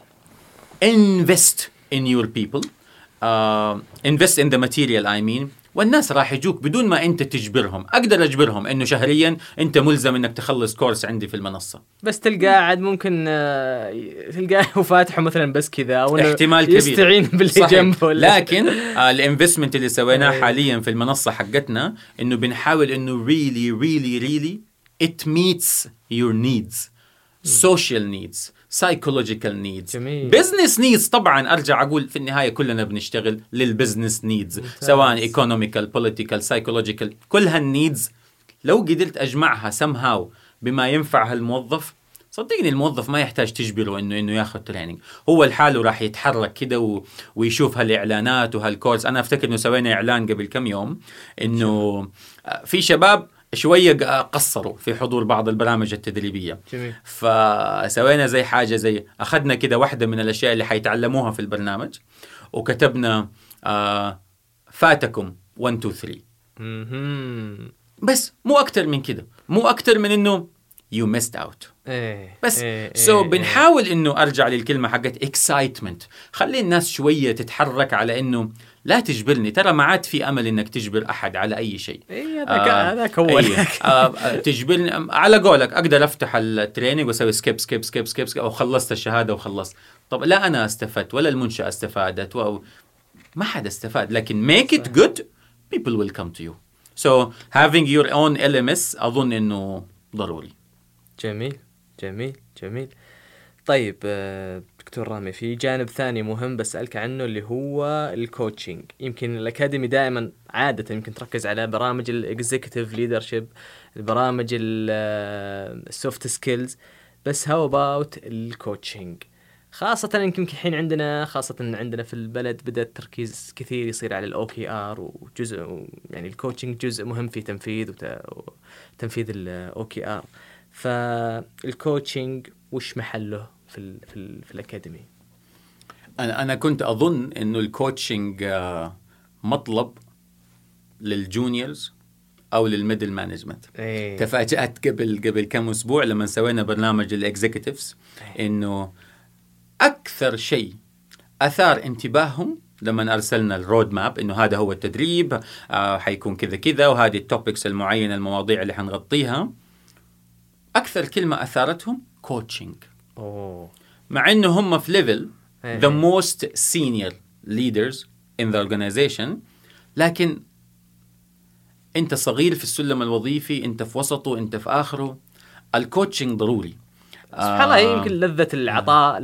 invest in your people، invest in the material I mean، والناس راح يجوك بدون ما انت تجبرهم. اقدر اجبرهم انه شهريا انت ملزم انك تخلص كورس عندي في المنصة، بس تلقاه عاد ممكن تلقاه هو فاتحه مثلا بس كذا، او احتمال كبير يستعين باللي جنبه. لكن الانفستمنت اللي سويناه حاليا في المنصة حقتنا انه بنحاول انه really it meets your needs, social needs, psychological needs, جميل. business needs. طبعا ارجع اقول في النهاية كلنا بنشتغل للبزنس needs، سواء economical, political, psychological، كل هالنيدز لو قدرت اجمعها somehow بما ينفع هالموظف، صدقني الموظف ما يحتاج تجبره انه ياخذ تريننج، هو لحاله راح يتحرك كده ويشوف هالاعلانات وهالكورس. انا افتكر انه سوينا اعلان قبل كم يوم انه في شباب شويه قصروا في حضور بعض البرامج التدريبيه. جميل. فسوينا زي حاجه زي اخذنا كده واحده من الاشياء اللي حيتعلموها في البرنامج وكتبنا فاتكم 1 2 3، بس مو اكتر من كده، مو اكتر من انه you missed out. بس بنحاول انه ارجع للكلمه حقت excitement، خلي الناس شويه تتحرك على انه لا تجبرني، ترى ما عاد في امل انك تجبر احد على اي شيء. هذاك هو تجبرني على قولك، اقدر افتح التريننج واسوي سكيب او خلصت الشهاده وخلصت. طب لا انا استفدت ولا المنشاه استفادت ما حد استفاد، لكن make it good people will come to you. So having your own LMS اظن انه ضروري. جميل. طيب دكتور رامي، في جانب ثاني مهم بسألك عنه اللي هو الكوتشنج. يمكن الأكاديمي دائما عادة يمكن تركز على برامج الإكزيكتيف ليدرشيب، البرامج السوفت سكيلز، بس هاو أباوت الكوتشنج، خاصة يمكن الحين عندنا في البلد بدأ التركيز كثير يصير على الOKR، وجزء يعني الكوتشنج جزء مهم في تنفيذ الOKR. فالكوتشنج وش محله في الأكاديمي؟ أنا كنت أظن إنه الكوتشنج مطلب للجونيورز أو للميدل مانجمنت. تفاجأت قبل كم أسبوع لما سوينا برنامج الإكزيكتيفز إنه أكثر شيء أثار انتباههم لما أرسلنا الرود ماب إنه هذا هو التدريب، حيكون كذا وهذه التوبكس المعينة، المواضيع اللي حنغطيها. أكثر كلمة أثارتهم كوتشنج، مع إنه هم في ليفل the most senior leaders in the organization، لكن أنت صغير في السلم الوظيفي، أنت في وسطه، أنت في آخره. الكوتشنج ضروري. سبحان الله، يمكن لذة العطاء،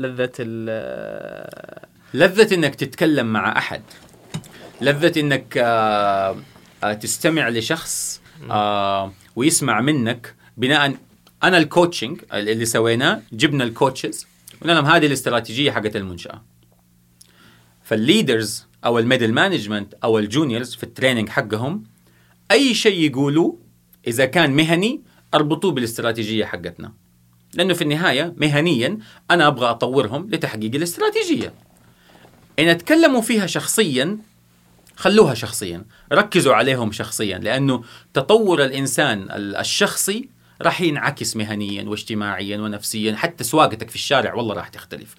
لذة إنك تتكلم مع أحد، لذة إنك تستمع لشخص ويسمع منك. بناء أنا الكوتشنج اللي سويناه، جبنا الكوتشز قلنا لهم هذه الاستراتيجية حقت المنشأة. فالليدرز أو الميدل مانجمنت أو الجونيورز في التريننج حقهم أي شيء يقولوا إذا كان مهني أربطوه بالاستراتيجية حقتنا، لأنه في النهاية مهنيا أنا أبغى أطورهم لتحقيق الاستراتيجية. إن أتكلموا فيها شخصيا خلوها شخصيا، ركزوا عليهم شخصيا، لأنه تطور الإنسان الشخصي راح ينعكس مهنيا واجتماعيا ونفسيا، حتى سواقتك في الشارع والله راح تختلف.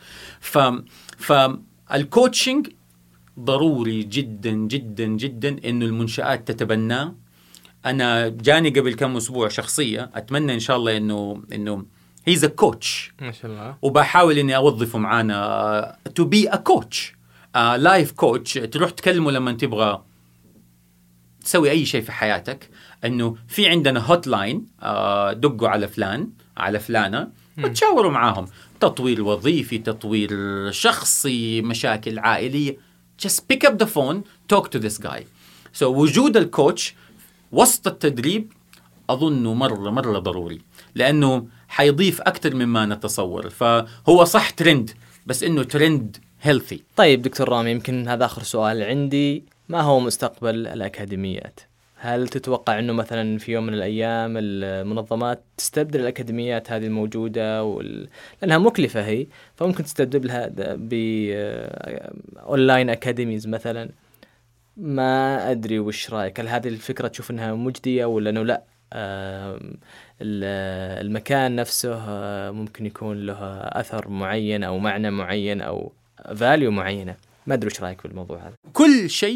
فالكوتشنج ضروري جدا جدا جدا إنه المنشآت تتبناه. أنا جاني قبل كم أسبوع شخصية أتمنى إن شاء الله إنه he's a coach ما شاء الله، وبحاول إني أوظفه معانا to be a coach, life coach. تروح تكلمه لما تبغى تسوي أي شيء في حياتك، إنه في عندنا هوت لاين، دقوا على فلان على فلانة وتشاوروا معاهم، تطوير وظيفي، تطوير شخصي، مشاكل عائلية. just pick up the phone, talk to this guy. so وجود الكوتش وسط التدريب أظنه مرة ضروري، لأنه حيضيف أكتر مما نتصور. فهو صح ترند، بس إنه ترند healthy. طيب دكتور رامي، يمكن هذا آخر سؤال عندي، ما هو مستقبل الأكاديميات؟ هل تتوقع أنه مثلا في يوم من الأيام المنظمات تستبدل الأكاديميات هذه الموجودة لأنها مكلفة هي، فممكن تستبدلها بأونلاين أكاديميز مثلا؟ ما أدري وش رأيك، هل هذه الفكرة تشوف أنها مجدية ولا أنه لا المكان نفسه ممكن يكون له أثر معين أو معنى معين أو فاليو معينة؟ ما أدري وش رأيك في الموضوع هذا. كل شيء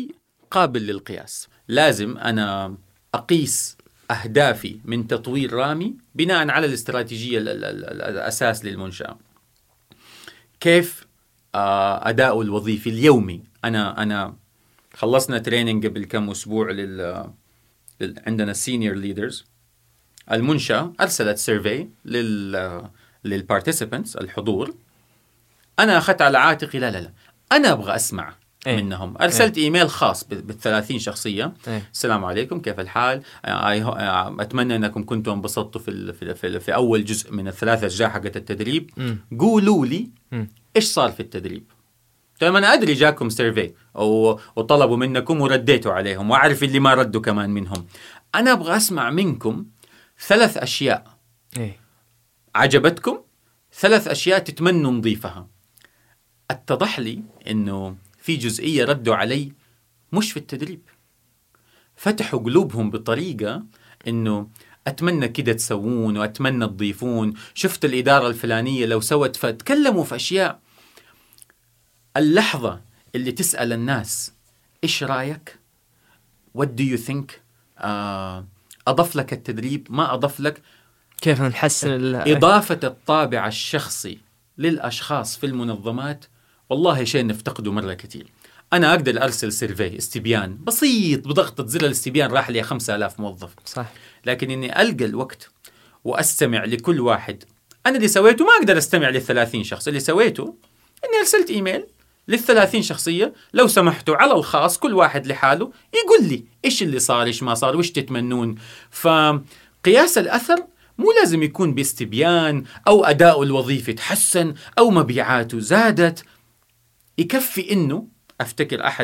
قابل للقياس. لازم أنا أقيس أهدافي من تطوير رامي بناء على الاستراتيجية الأساس للمنشأة. كيف أداؤه الوظيفي اليومي. أنا خلصنا تريننج قبل كم أسبوع عندنا senior leaders. المنشأة أرسلت سيرفي للبارتيسيبنتس الحضور. أنا أخذت على عاتقي لا أنا أبغى أسمع منهم. أرسلت إيميل خاص ب30 شخصية. السلام عليكم، كيف الحال؟ أتمنى أنكم كنتم انبسطتوا في أول جزء من 3 أجزاء حقت التدريب. قولوا لي إيش صار في التدريب. طيب أنا أدري جاكم سيرفي وطلبوا منكم ورديتوا عليهم، وأعرف اللي ما ردوا كمان منهم. أنا أبغى أسمع منكم 3 أشياء عجبتكم، 3 أشياء تتمنوا نضيفها. اتضح لي إنه في جزئية ردوا علي مش في التدريب، فتحوا قلوبهم بطريقة إنه أتمنى كده تسوون وأتمنى تضيفون، شفت الإدارة الفلانية لو سوت. فتكلموا في أشياء. اللحظة اللي تسأل الناس إيش رأيك؟ What do you think؟ أضف لك التدريب ما أضف لك؟ كيف نحسن إضافة الطابع الشخصي للأشخاص في المنظمات والله شيء نفتقده مرة كتير. أنا أقدر أرسل سيرفي استبيان بسيط بضغطة زر الاستبيان راح لي 5000 موظف، صح. لكن إني ألقى الوقت وأستمع لكل واحد. أنا اللي سويته ما أقدر أستمع ل30 شخص. اللي سويته إني أرسلت إيميل لل30 شخصية، لو سمحتوا على الخاص كل واحد لحاله يقول لي إيش اللي صار إيش ما صار وإيش تتمنون. فقياس الأثر مو لازم يكون باستبيان أو أداء الوظيفي تحسن أو مبيعاته زادت. يكفي إنه أفتكر أحد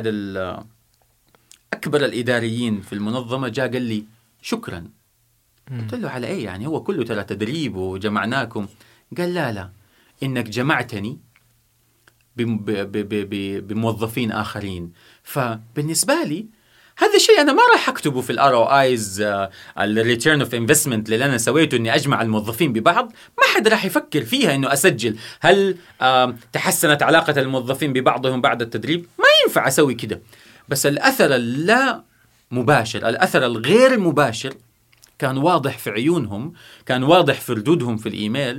أكبر الإداريين في المنظمة جاء قال لي شكرا. قلت له على إيه يعني؟ هو كله ترى تدريب وجمعناكم. قال لا إنك جمعتني بموظفين آخرين. فبالنسبة لي هذا الشيء أنا ما راح أكتبه في ROIs الريتيرن اوف انفستمنت اللي أنا سويته إني أجمع الموظفين ببعض. ما حد راح يفكر فيها إنه أسجل هل تحسنت علاقة الموظفين ببعضهم بعد التدريب. ما ينفع أسوي كده. بس الأثر اللا مباشر، الأثر الغير مباشر كان واضح في عيونهم، كان واضح في ردودهم في الإيميل.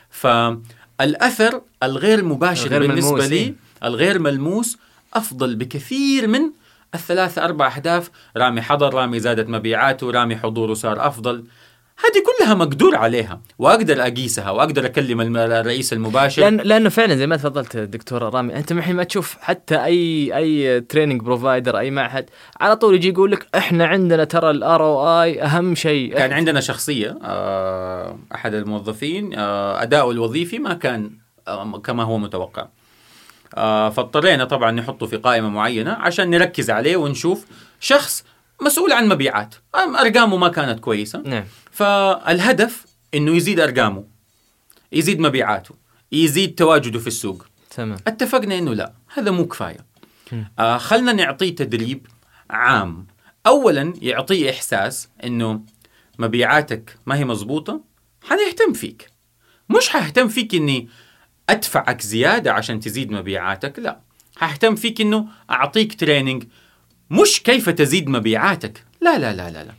فالأثر الغير مباشر بالنسبة لي الغير ملموس أفضل بكثير من 3-4 أهداف. رامي حضر، رامي زادت مبيعاته، رامي حضوره صار أفضل. هذه كلها مقدور عليها وأقدر أقيسها وأقدر أكلم الرئيس المباشر. لأنه فعلا زي ما تفضلت دكتور رامي، أنت محين ما تشوف حتى أي تريننج بروفايدر أي معهد على طول يجي يقول لك إحنا عندنا ترى الROI أهم شيء. كان عندنا شخصية أحد الموظفين أداؤه الوظيفي ما كان كما هو متوقع. فاضطرينا طبعا نحطه في قائمة معينة عشان نركز عليه ونشوف شخص مسؤول عن مبيعات، أرقامه ما كانت كويسة. نعم. فالهدف إنه يزيد أرقامه، يزيد مبيعاته، يزيد تواجده في السوق. تمام. اتفقنا إنه لا، هذا مو كفاية. خلنا نعطيه تدريب عام. أولا يعطيه إحساس إنه مبيعاتك ما هي مزبوطة، حنهتم فيك. مش حهتم فيك إني أدفعك زيادة عشان تزيد مبيعاتك، لا، ههتم فيك إنه أعطيك تريننج مش كيف تزيد مبيعاتك، لا لا لا لا لا،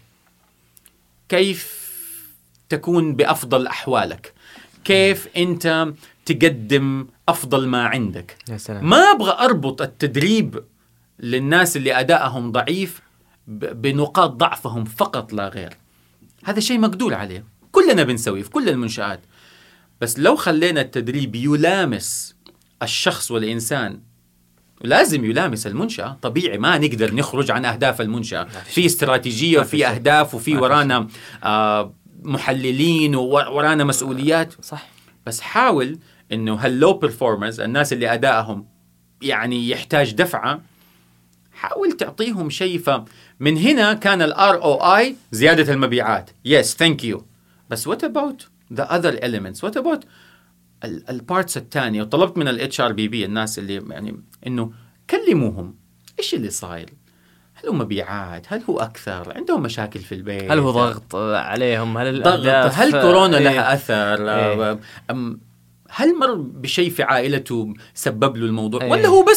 كيف تكون بأفضل أحوالك، كيف أنت تقدم أفضل ما عندك. يا سلام. ما أبغى أربط التدريب للناس اللي أدائهم ضعيف بنقاط ضعفهم فقط لا غير. هذا شيء مقدور عليه، كلنا بنسويه في كل المنشآت. بس لو خلينا التدريب يلامس الشخص والإنسان، لازم يلامس المنشأة. طبيعي ما نقدر نخرج عن أهداف المنشأة، في استراتيجية وفي أهداف وفي ورانا محللين وورانا مسؤوليات. صح. بس حاول إنه هاللو بيرفورمرز، الناس اللي أدائهم يعني يحتاج دفعة، حاول تعطيهم شيء. فمن هنا كان ROI زيادة المبيعات. Yes, thank you. بس what about the other elements? What about البارتس الثانية؟ وطلبت من الHRBB الناس اللي يعني إنه كلموهم إيش اللي صاير. هل هو مبيعات؟ هل هو أكثر؟ عندهم مشاكل في البيت؟ هل هو ضغط عليهم؟ هل ضغط؟ هل كورونا لها أثر؟ هل مر بشيء في عائلته سبب له الموضوع؟ ولا هو بس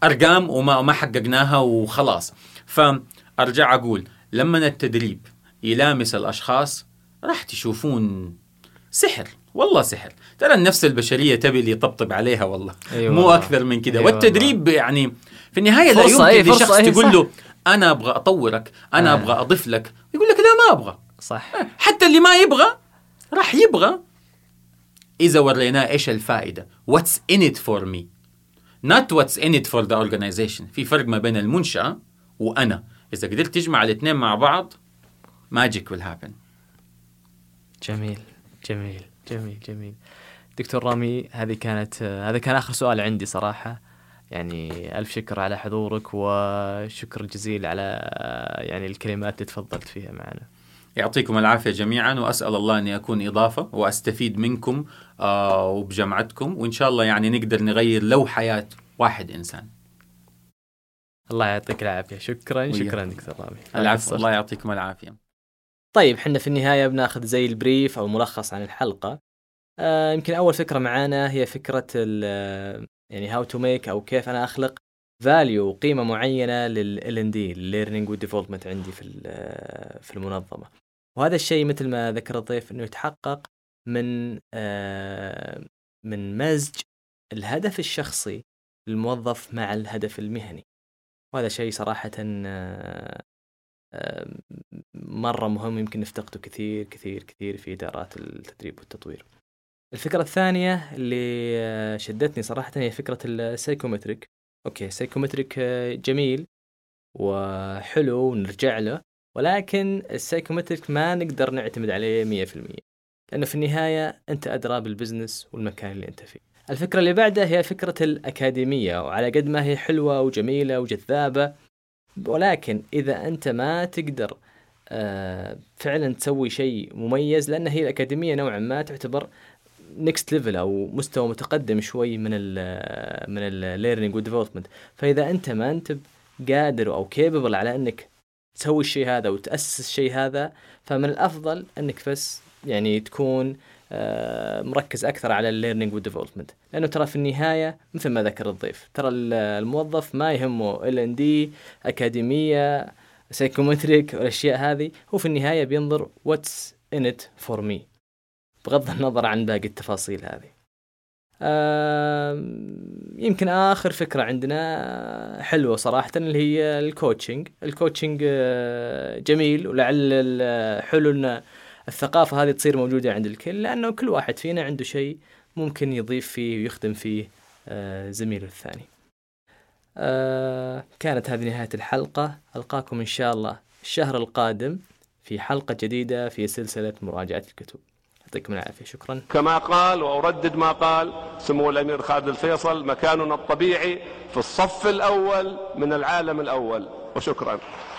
أرقام وما حققناها وخلاص. فأرجع أقول لما التدريب يلامس الأشخاص راح تشوفون سحر، والله سحر. ترى النفس البشرية تبي اللي يطبطب عليها والله. أيوة مو والله. أكثر من كده. أيوة والتدريب والله. يعني في النهاية لا فرصة، يمكن فرصة، لشخص تقول صح. له أنا أبغى أطورك، أنا أبغى أضيف لك، يقول لك لا ما أبغى. صح. حتى اللي ما يبغى راح يبغى إذا وريناه إيش الفائدة. What's in it for me not what's in it for the organization. في فرق ما بين المنشأة وأنا. إذا قدرت تجمع الاثنين مع بعض magic will happen. جميل جميل جميل جميل. دكتور رامي، هذا كان آخر سؤال عندي صراحة. يعني ألف شكر على حضورك، وشكر جزيل على يعني الكلمات اللي تفضلت فيها معنا. يعطيكم العافية جميعا، وأسأل الله أني أكون إضافة وأستفيد منكم وبجمعتكم، وإن شاء الله يعني نقدر نغير لو حياة واحد إنسان. الله يعطيك العافية. شكرا شكرا دكتور رامي. العفو، الله يعطيكم العافية. طيب، حنا في النهاية بناخذ زي البريف أو ملخص عن الحلقة. يمكن أول فكرة معانا هي فكرة يعني how to make أو كيف أنا أخلق value، قيمة معينة لل-L&D learning والdevelopment عندي في المنظمة. وهذا الشيء مثل ما ذكر الضيف إنه يتحقق من مزج الهدف الشخصي للموظف مع الهدف المهني. وهذا شيء صراحة مرة مهم، يمكن نفتقده كثير كثير كثير في إدارات التدريب والتطوير. الفكرة الثانية اللي شدتني صراحة هي فكرة السايكومتريك. أوكي، سايكومتريك جميل وحلو ونرجع له، ولكن السايكومتريك ما نقدر نعتمد عليه 100%، لأنه في النهاية أنت أدرى بالبزنس والمكان اللي أنت فيه. الفكرة اللي بعدها هي فكرة الأكاديمية، وعلى قد ما هي حلوة وجميلة وجذابة، ولكن إذا أنت ما تقدر فعلا تسوي شيء مميز، لأن هي الأكاديمية نوعا ما تعتبر next level أو مستوى متقدم شوي من ال learning والdevelopment. فإذا أنت ما أنت قادر أو capable على أنك تسوي الشيء هذا وتأسس الشيء هذا، فمن الأفضل أنك بس يعني تكون مركز أكثر على الليرنينج والديفلوبمنت، لأنه ترى في النهاية مثل ما ذكر الضيف، ترى الموظف ما يهمه L&D، أكاديمية، سايكومتريك والأشياء هذه، هو في النهاية بينظر what's in it for me بغض النظر عن باقي التفاصيل هذه. يمكن آخر فكرة عندنا حلوة صراحة اللي هي الكوتشنج جميل، ولعل حلو أن الثقافة هذه تصير موجودة عند الكل، لأنه كل واحد فينا عنده شيء ممكن يضيف فيه ويخدم فيه زميله الثاني. كانت هذه نهاية الحلقة. ألقاكم إن شاء الله الشهر القادم في حلقة جديدة في سلسلة مراجعة الكتب. يعطيكم العافية. شكرا. كما قال وأردد ما قال سمو الأمير خالد الفيصل: مكاننا الطبيعي في الصف الأول من العالم الأول. وشكرا.